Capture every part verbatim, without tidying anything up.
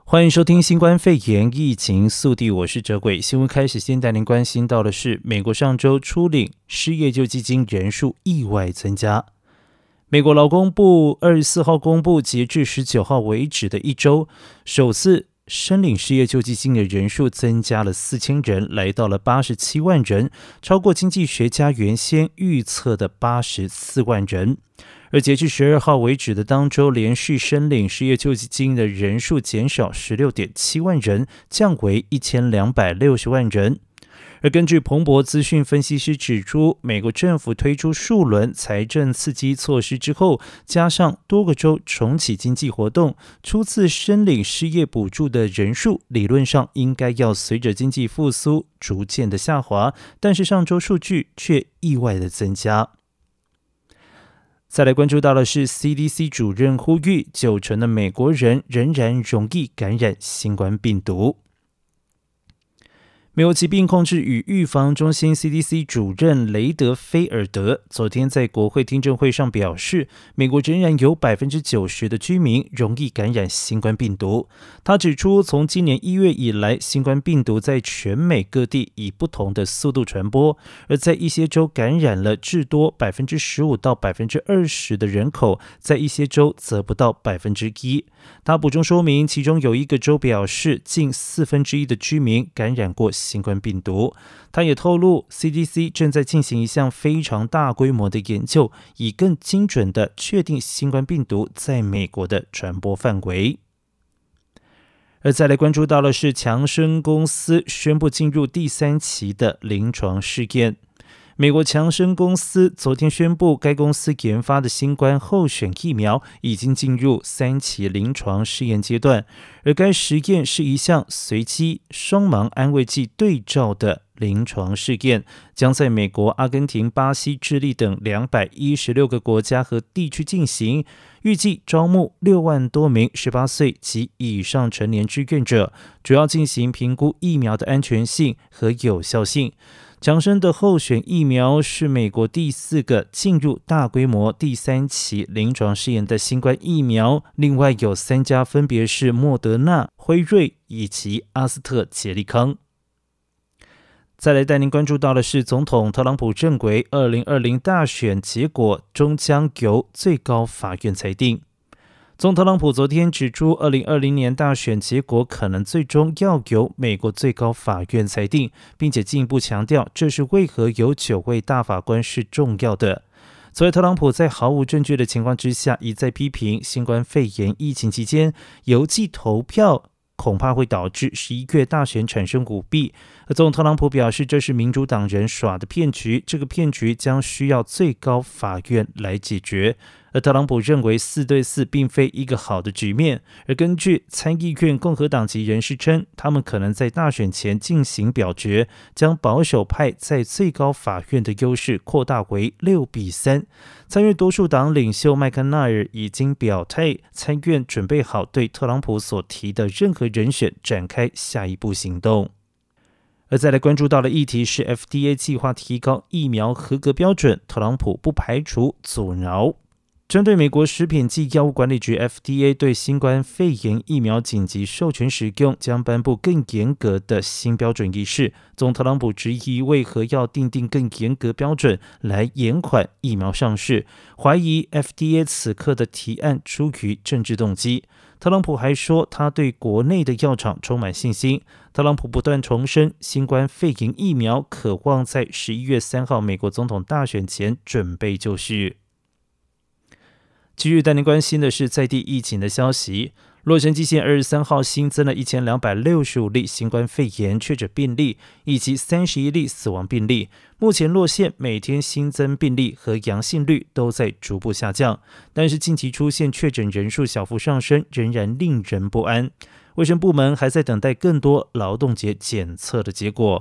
欢迎收听新冠肺炎疫情速递，我是哲贵。新闻开始先带您关心到的是，美国上周初领失业救济金人数意外增加。美国劳工部二十四号公布，截至十九号为止的一周，首次申领失业救济金的人数增加了四千人，来到了八十七万人，超过经济学家原先预测的八十四万人。而截至十二号为止的当周，连续申领失业救济金的人数减少 十六点七万人，降为一千两百六十万人。而根据彭博资讯分析师指出，美国政府推出数轮财政刺激措施之后，加上多个州重启经济活动，初次申领失业补助的人数理论上应该要随着经济复苏逐渐的下滑，但是上周数据却意外的增加。再来关注到的是 C D C 主任呼吁，九成的美国人仍然容易感染新冠病毒。美国疾病控制与预防中心 C D C 主任雷德菲尔德昨天在国会听证会上表示，美国仍然有 百分之九十 的居民容易感染新冠病毒。他指出，从今年一月以来，新冠病毒在全美各地以不同的速度传播，而在一些州感染了至多 百分之十五 到 百分之二十 的人口，在一些州则不到 百分之一。他补充说明，其中有一个州表示，近四分之一的居民感染过新冠病毒。他也透露 ，C D C 正在进行一项非常大规模的研究，以更精准地确定新冠病毒在美国的传播范围。而再来关注到的是，强生公司宣布进入第三期的临床试验。美国强生公司昨天宣布，该公司研发的新冠候选疫苗已经进入三期临床试验阶段，而该实验是一项随机双盲安慰剂对照的临床试验，将在美国、阿根廷、巴西、智利等两百一十六个国家和地区进行，预计招募六万多名十八岁及以上成年志愿者，主要进行评估疫苗的安全性和有效性。强生的候选疫苗是美国第四个进入大规模第三期临床试验的新冠疫苗，另外有三家分别是莫德纳、辉瑞以及阿斯特捷利康。再来带您关注到的是，总统特朗普认为二零二零大选结果终将由最高法院裁定。总统特朗普昨天指出，二零二零年大选结果可能最终要由美国最高法院裁定，并且进一步强调，这是为何有九位大法官是重要的。此外，特朗普在毫无证据的情况之下，一再批评新冠肺炎疫情期间邮寄投票恐怕会导致十一月大选产生舞弊。而总统特朗普表示，这是民主党人耍的骗局，这个骗局将需要最高法院来解决。而特朗普认为四对四并非一个好的局面，而根据参议院共和党籍人士称，他们可能在大选前进行表决，将保守派在最高法院的优势扩大为六比三。参院多数党领袖麦康奈尔已经表态，参院准备好对特朗普所提的任何人选展开下一步行动。而再来关注到的议题是 F D A 计划提高疫苗合格标准，特朗普不排除阻挠。针对美国食品及药物管理局 F D A 对新冠肺炎疫苗紧急授权使用将颁布更严格的新标准一事，总统特朗普质疑为何要订定更严格标准来延缓疫苗上市，怀疑 F D A 此刻的提案出于政治动机。特朗普还说，他对国内的药厂充满信心。特朗普不断重申，新冠肺炎疫苗可望在十一月三号美国总统大选前准备就绪。继续带您关心的是在地疫情的消息。洛杉矶县二十三号新增了一千两百六十五例新冠肺炎确诊病例，以及三十一例死亡病例。目前洛县每天新增病例和阳性率都在逐步下降，但是近期出现确诊人数小幅上升，仍然令人不安。卫生部门还在等待更多劳动节检测的结果。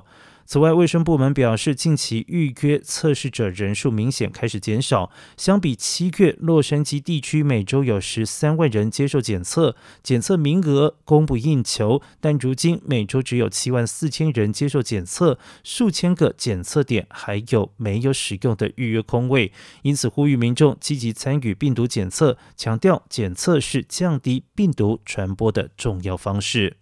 此外，卫生部门表示，近期预约测试者人数明显开始减少，相比七月，洛杉矶地区每周有十三万人接受检测，检测名额供不应求，但如今每周只有七万四千人接受检测，数千个检测点还有没有使用的预约空位，因此呼吁民众积极参与病毒检测，强调检测是降低病毒传播的重要方式。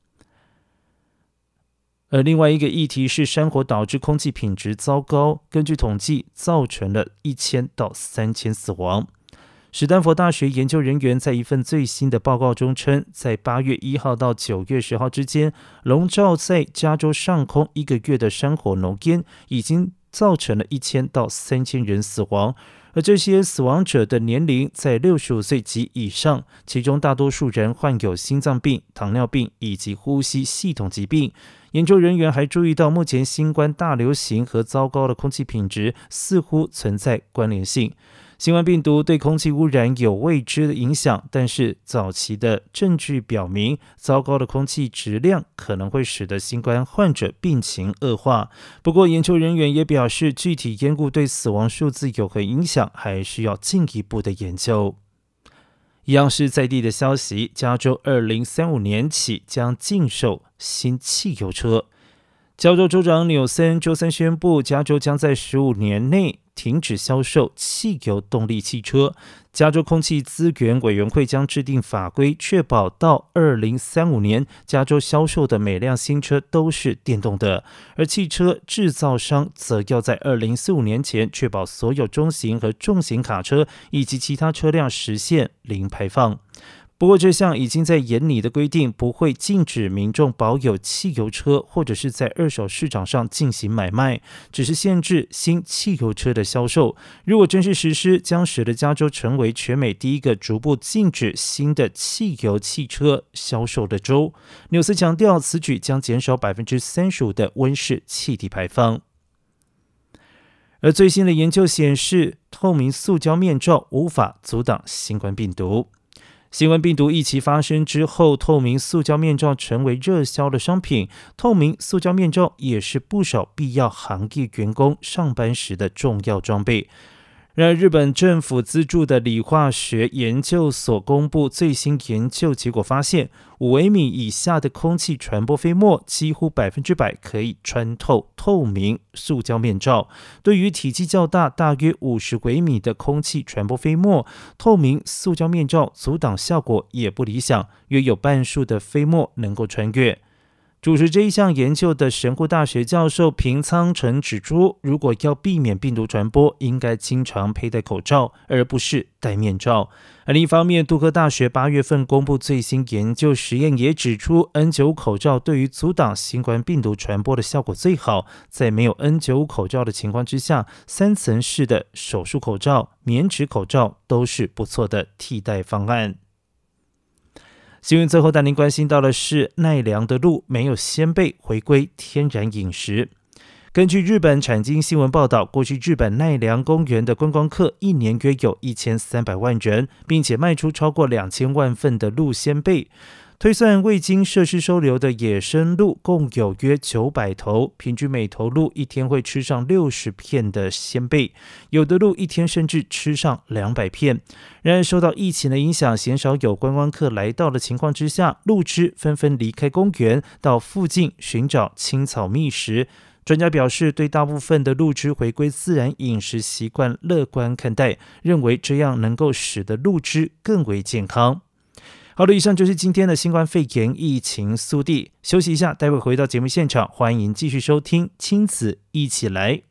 而另外一个议题是山火导致空气品质糟糕，根据统计造成了一千到三千死亡。史丹佛大学研究人员在一份最新的报告中称，在八月一号到九月十号之间，笼罩在加州上空一个月的山火浓烟已经造成了一千到三千人死亡，而这些死亡者的年龄在六十五岁及以上，其中大多数人患有心脏病、糖尿病以及呼吸系统疾病。研究人员还注意到，目前新冠大流行和糟糕的空气品质似乎存在关联性。新冠病毒对空气污染有未知的影响，但是早期的证据表明，糟糕的空气质量可能会使得新冠患者病情恶化。不过，研究人员也表示，具体烟雾对死亡数字有何影响，还需要进一步的研究。一样是在地的消息，加州二零三五年起将禁售新汽油车。加州州长纽森周三宣布，加州将在十五年内停止销售汽油动力汽车。加州空气资源委员会将制定法规，确保到二零三五年，加州销售的每辆新车都是电动的，而汽车制造商则要在二零四五年前确保所有中型和重型卡车以及其他车辆实现零排放。不过，这项已经在研拟的规定不会禁止民众保有汽油车或者是在二手市场上进行买卖，只是限制新汽油车的销售。如果正式实施，将使得加州成为全美第一个逐步禁止新的汽油汽车销售的州。纽斯强调，此举将减少 百分之三十五 的温室气体排放。而最新的研究显示，透明塑胶面罩无法阻挡新冠病毒。新冠病毒疫情发生之后，透明塑胶面罩成为热销的商品。透明塑胶面罩也是不少必要行业员工上班时的重要装备。然而，日本政府资助的理化学研究所公布最新研究结果发现，五微米以下的空气传播飞沫几乎百分之百可以穿透透明塑胶面罩。对于体积较大，大约五十微米的空气传播飞沫，透明塑胶面罩阻挡效果也不理想，约有半数的飞沫能够穿越。主持这一项研究的神户大学教授平仓成指出，如果要避免病毒传播，应该经常佩戴口罩，而不是戴面罩。而另一方面，杜克大学八月份公布最新研究实验，也指出 N 九十五 口罩对于阻挡新冠病毒传播的效果最好。在没有 N 九十五 口罩的情况之下，三层式的手术口罩、棉质口罩都是不错的替代方案。新闻最后带您关心到的是，奈良的鹿没有鲜贝，回归天然饮食。根据日本产经新闻报道，过去日本奈良公园的观光客一年约有一千三百万人，并且卖出超过两千万份的鹿鲜贝。推算未经设施收留的野生鹿共有约九百头，平均每头鹿一天会吃上六十片的鲜贝，有的鹿一天甚至吃上两百片。然而，受到疫情的影响，鲜少有观光客来到的情况之下，鹿只纷纷离开公园，到附近寻找青草觅食。专家表示，对大部分的鹿只回归自然饮食习惯乐观看待，认为这样能够使得鹿只更为健康。好的，以上就是今天的新冠肺炎疫情速递。休息一下，待会回到节目现场，欢迎继续收听亲子一起来。